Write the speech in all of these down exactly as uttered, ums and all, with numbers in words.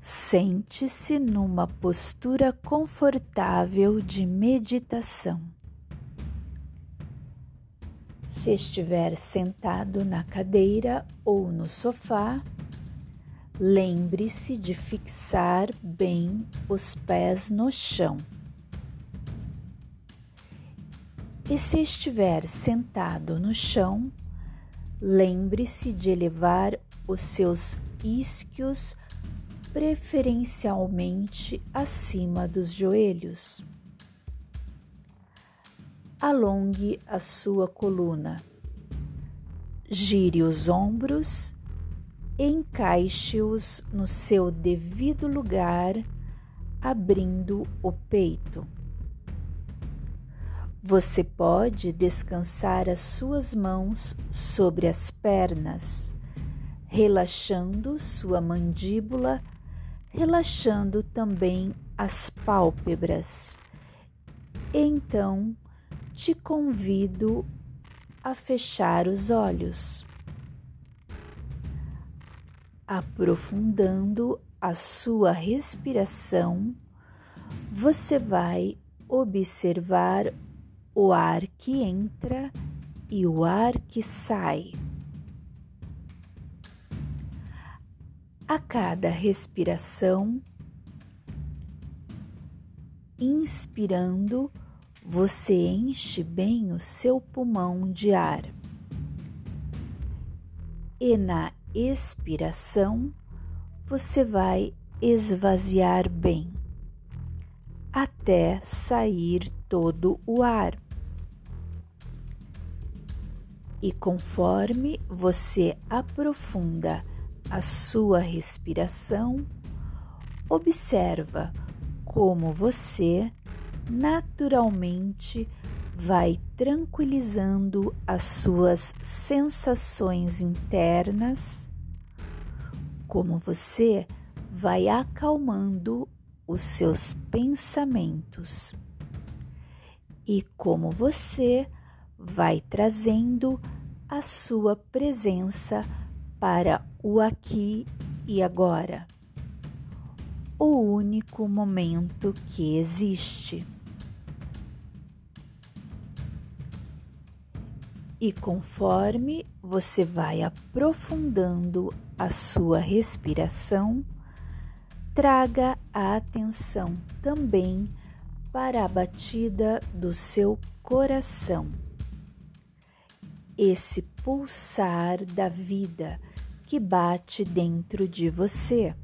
Sente-se numa postura confortável de meditação. Se estiver sentado na cadeira ou no sofá, lembre-se de fixar bem os pés no chão. E se estiver sentado no chão, lembre-se de elevar os seus isquios preferencialmente acima dos joelhos. Alongue a sua coluna, gire os ombros e encaixe-os no seu devido lugar, abrindo o peito. Você pode descansar as suas mãos sobre as pernas, relaxando sua mandíbula, relaxando também as pálpebras. Então, te convido a fechar os olhos, aprofundando a sua respiração. Você vai observar o ar que entra e o ar que sai. A cada respiração, inspirando, você enche bem o seu pulmão de ar. E na expiração, você vai esvaziar bem, até sair todo o ar. E conforme você aprofunda a sua respiração, observa como você naturalmente vai tranquilizando as suas sensações internas, como você vai acalmando os seus pensamentos e como você vai trazendo a sua presença para o aqui e agora, o único momento que existe. E conforme você vai aprofundando a sua respiração, traga a atenção também para a batida do seu coração. Esse pulsar da vida que bate dentro de você.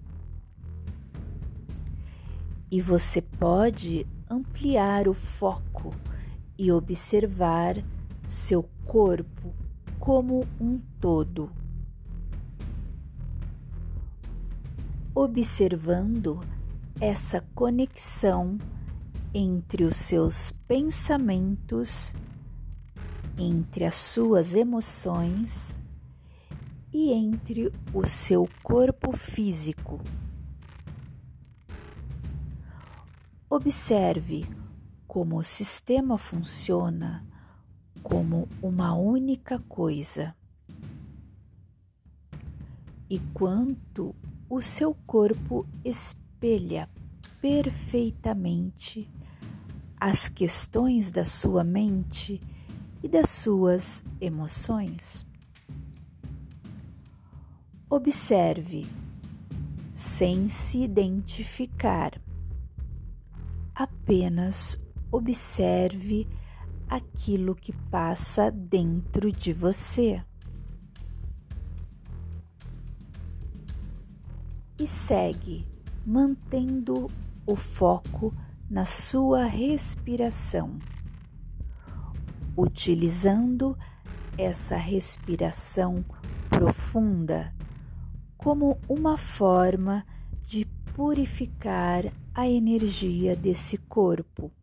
E você pode ampliar o foco e observar seu corpo como um todo, observando essa conexão entre os seus pensamentos, entre as suas emoções e entre o seu corpo físico. Observe como o sistema funciona como uma única coisa e quanto o seu corpo espelha perfeitamente as questões da sua mente e das suas emoções. Observe, sem se identificar. Apenas observe aquilo que passa dentro de você. E segue, mantendo o foco na sua respiração, utilizando essa respiração profunda como uma forma de purificar a energia desse corpo.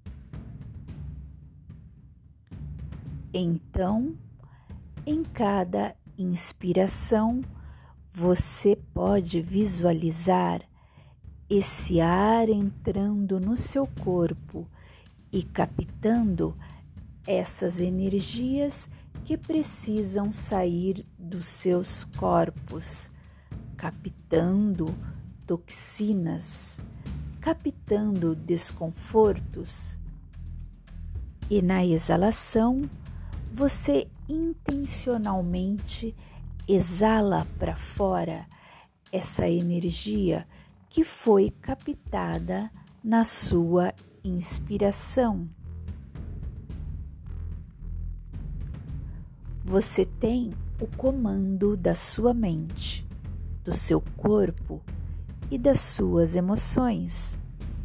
Então, em cada inspiração, você pode visualizar esse ar entrando no seu corpo e captando essas energias que precisam sair dos seus corpos, captando toxinas, captando desconfortos. E na exalação, você intencionalmente exala para fora essa energia que foi captada na sua inspiração. Você tem o comando da sua mente, do seu corpo e das suas emoções.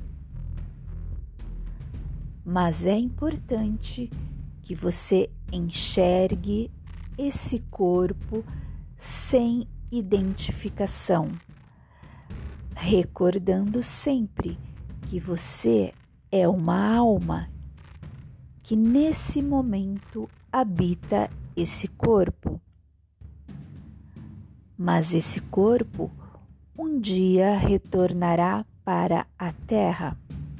Mas é importante que você enxergue esse corpo sem identificação, recordando sempre que você é uma alma que nesse momento habita esse corpo. Mas esse corpo um dia retornará para a Terra.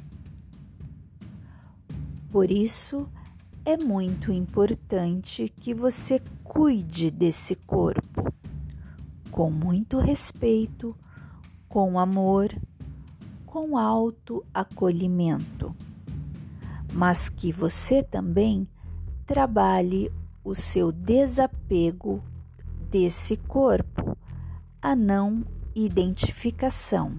Por isso, é muito importante que você cuide desse corpo com muito respeito, com amor, com autoacolhimento, mas que você também trabalhe o seu desapego desse corpo, a não identificação.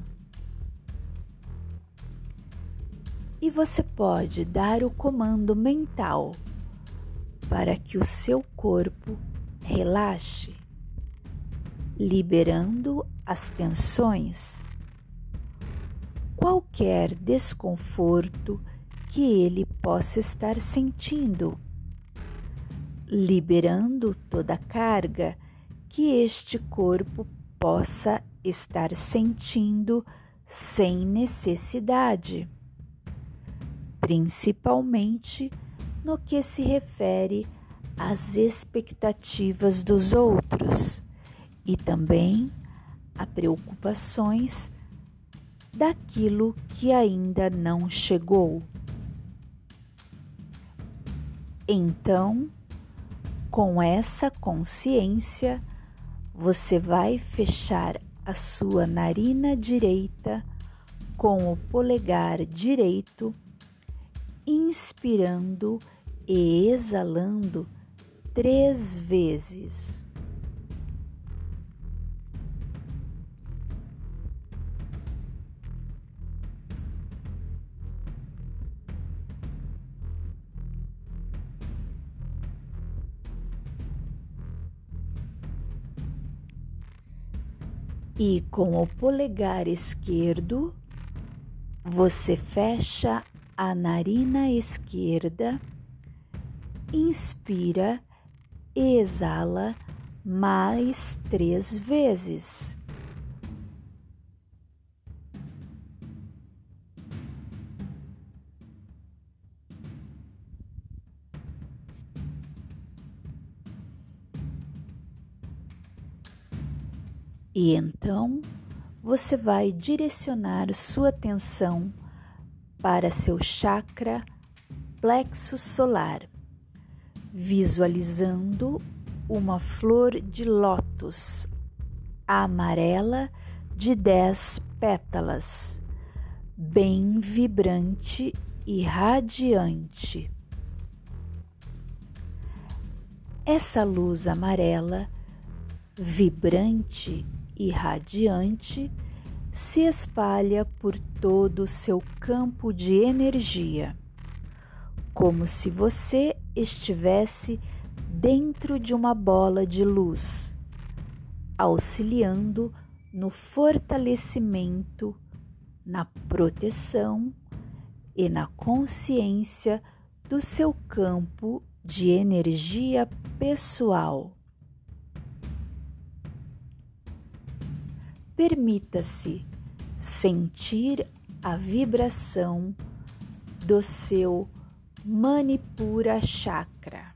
E você pode dar o comando mental para que o seu corpo relaxe, liberando as tensões, qualquer desconforto que ele possa estar sentindo, liberando toda a carga que este corpo possa estar sentindo sem necessidade, principalmente no que se refere às expectativas dos outros e também a preocupações daquilo que ainda não chegou. Então, com essa consciência, você vai fechar a sua narina direita com o polegar direito, inspirando e exalando três vezes. E com o polegar esquerdo, você fecha a narina esquerda, inspira e exala mais três vezes. E então você vai direcionar sua atenção para seu chakra plexo solar, visualizando uma flor de lótus amarela de dez pétalas, bem vibrante e radiante. Essa luz amarela, vibrante e radiante, se espalha por todo o seu campo de energia, como se você estivesse dentro de uma bola de luz, auxiliando no fortalecimento, na proteção e na consciência do seu campo de energia pessoal. Permita-se sentir a vibração do seu Manipura Chakra.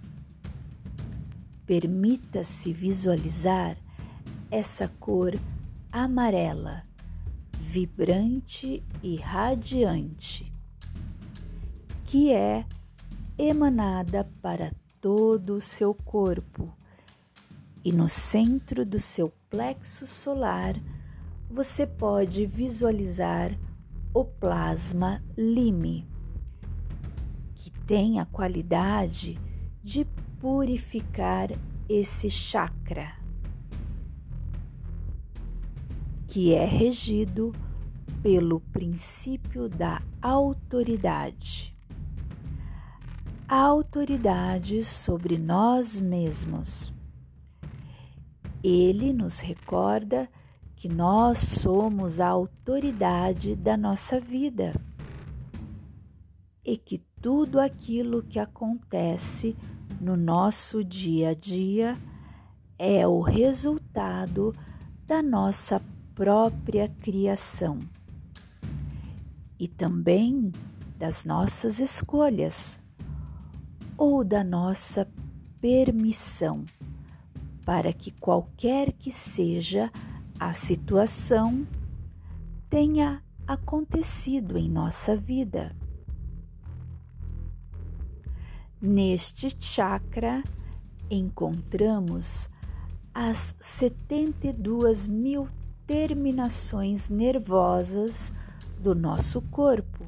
Permita-se visualizar essa cor amarela, vibrante e radiante, que é emanada para todo o seu corpo. E no centro do seu plexo solar, você pode visualizar o plasma Lime, que tem a qualidade de purificar esse chakra, que é regido pelo princípio da autoridade. A autoridade sobre nós mesmos. Ele nos recorda que nós somos a autoridade da nossa vida e que tudo aquilo que acontece no nosso dia a dia é o resultado da nossa própria criação e também das nossas escolhas ou da nossa permissão para que qualquer que seja a situação tenha acontecido em nossa vida. Neste chakra encontramos as setenta e duas mil terminações nervosas do nosso corpo.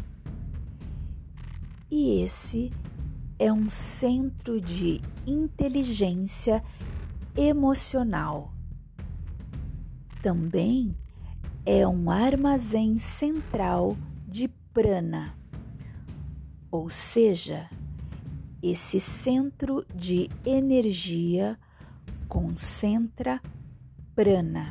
E esse é um centro de inteligência emocional. Também é um armazém central de prana, ou seja, esse centro de energia concentra prana.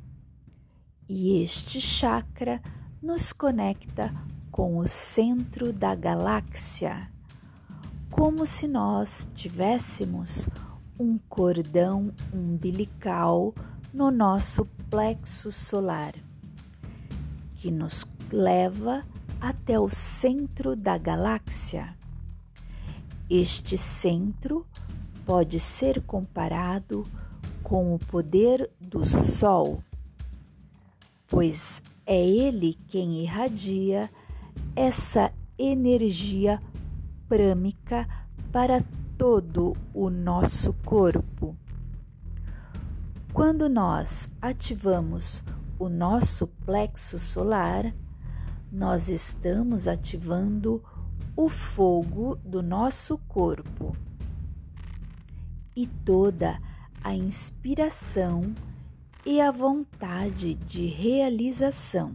E este chakra nos conecta com o centro da galáxia, como se nós tivéssemos um cordão umbilical no nosso plexo solar, que nos leva até o centro da galáxia. Este centro pode ser comparado com o poder do Sol, pois é ele quem irradia essa energia prâmica para todo o nosso corpo. Quando nós ativamos o nosso plexo solar, nós estamos ativando o fogo do nosso corpo e toda a inspiração e a vontade de realização.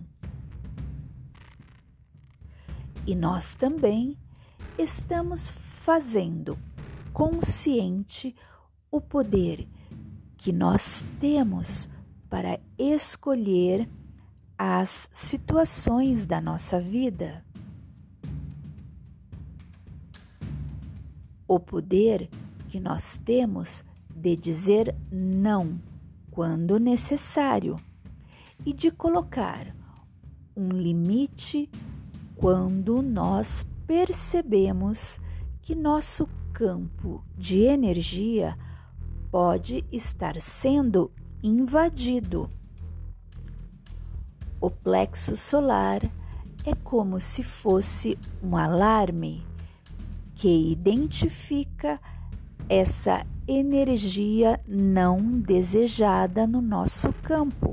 E nós também estamos fazendo consciente o poder que nós temos para escolher as situações da nossa vida. O poder que nós temos de dizer não quando necessário e de colocar um limite quando nós percebemos que nosso campo de energia pode estar sendo invadido. O plexo solar é como se fosse um alarme que identifica essa energia não desejada no nosso campo.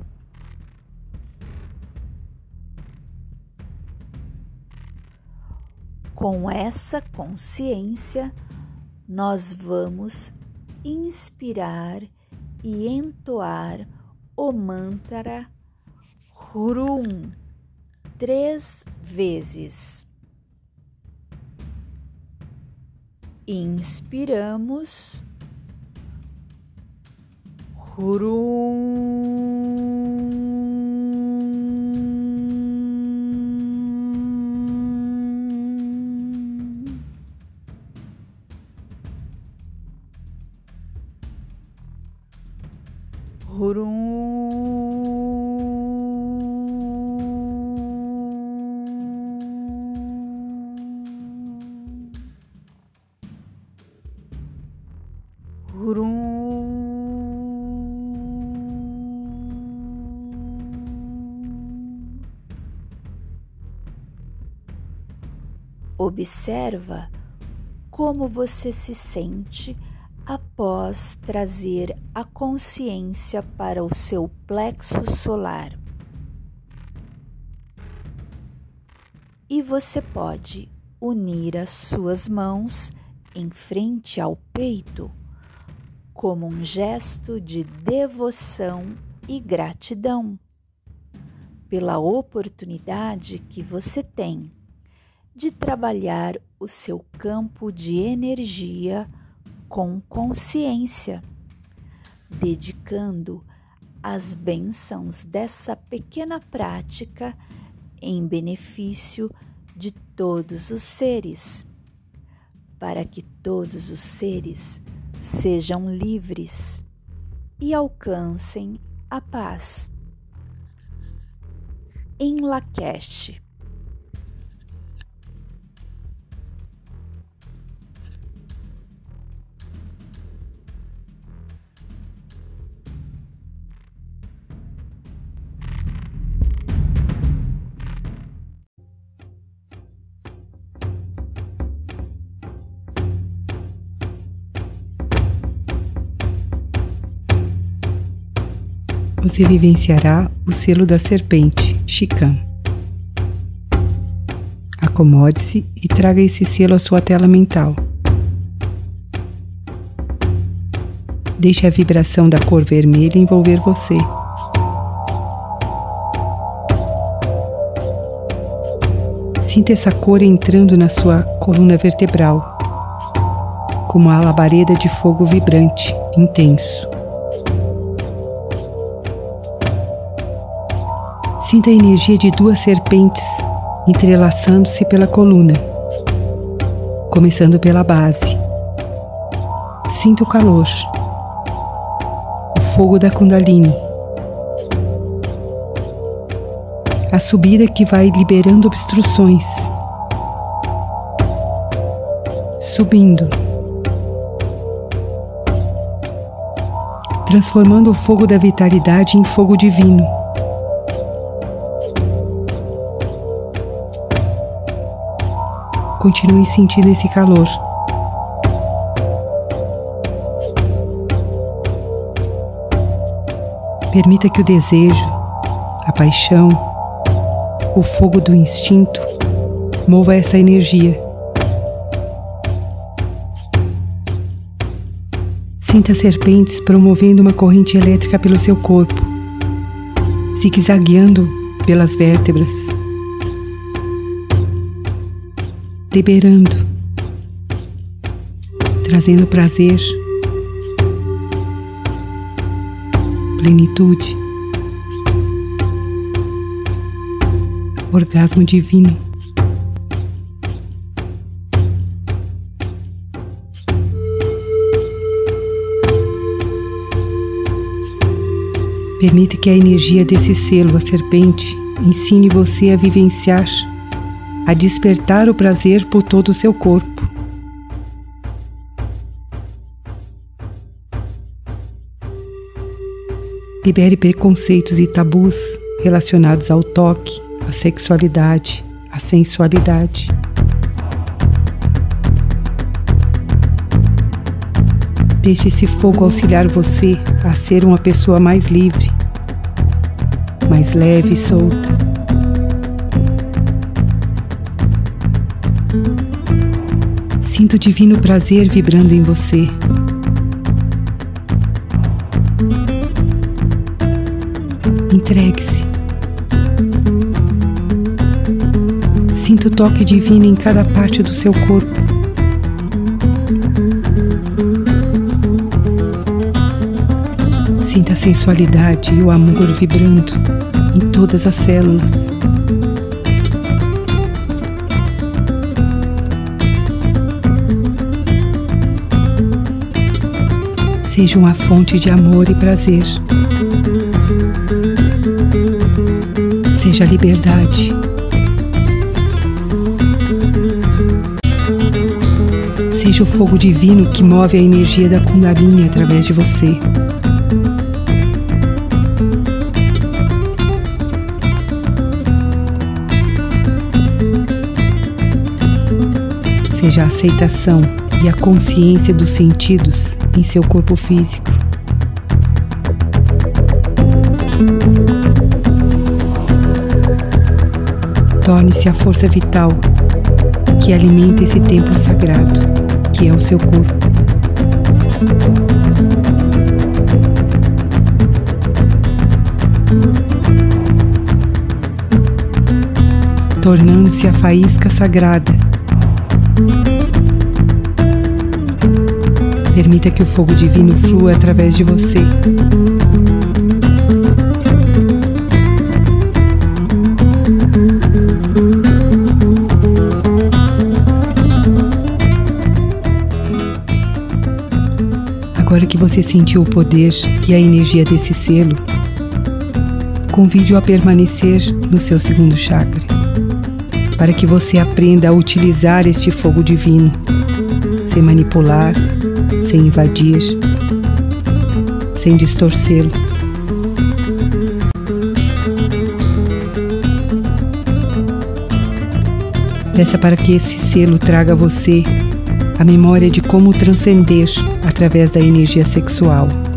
Com essa consciência, nós vamos inspirar e entoar o mantra Hurum três vezes. Inspiramos Hurum. Hurum. Hurum. Observa como você se sente após trazer a consciência para o seu plexo solar. e você pode unir as suas mãos em frente ao peito como um gesto de devoção e gratidão pela oportunidade que você tem de trabalhar o seu campo de energia com consciência, dedicando as bênçãos dessa pequena prática em benefício de todos os seres, para que todos os seres sejam livres e alcancem a paz. Em Lakesh. Você vivenciará o selo da serpente, Shikam. Acomode-se e traga esse selo à sua tela mental. Deixe a vibração da cor vermelha envolver você. Sinta essa cor entrando na sua coluna vertebral, como uma labareda de fogo vibrante, intenso. Sinta a energia de duas serpentes entrelaçando-se pela coluna, começando pela base. Sinta o calor, o fogo da Kundalini, a subida que vai liberando obstruções, subindo, transformando o fogo da vitalidade em fogo divino. Continue sentindo esse calor. Permita que o desejo, a paixão, o fogo do instinto mova essa energia. Sinta serpentes promovendo uma corrente elétrica pelo seu corpo, zigue-zagueando pelas vértebras, liberando, trazendo prazer, plenitude, orgasmo divino. Permita que a energia desse selo, a serpente, ensine você a vivenciar, a despertar o prazer por todo o seu corpo. Libere preconceitos e tabus relacionados ao toque, à sexualidade, à sensualidade. Deixe esse fogo auxiliar você a ser uma pessoa mais livre, mais leve e solta. Sinta o divino prazer vibrando em você. Entregue-se. Sinta o toque divino em cada parte do seu corpo. Sinta a sensualidade e o amor vibrando em todas as células. Seja uma fonte de amor e prazer. Seja a liberdade. Seja o fogo divino que move a energia da Kundalini através de você. Seja a aceitação e a consciência dos sentidos em seu corpo físico. Torne-se a força vital que alimenta esse templo sagrado, que é o seu corpo. Tornando-se a faísca sagrada. Permita que o fogo divino flua através de você. Agora que você sentiu o poder e a energia desse selo, convide-o a permanecer no seu segundo chakra, para que você aprenda a utilizar este fogo divino, sem manipular, sem invadir, sem distorcê-lo. Peça para que esse selo traga a você a memória de como transcender através da energia sexual.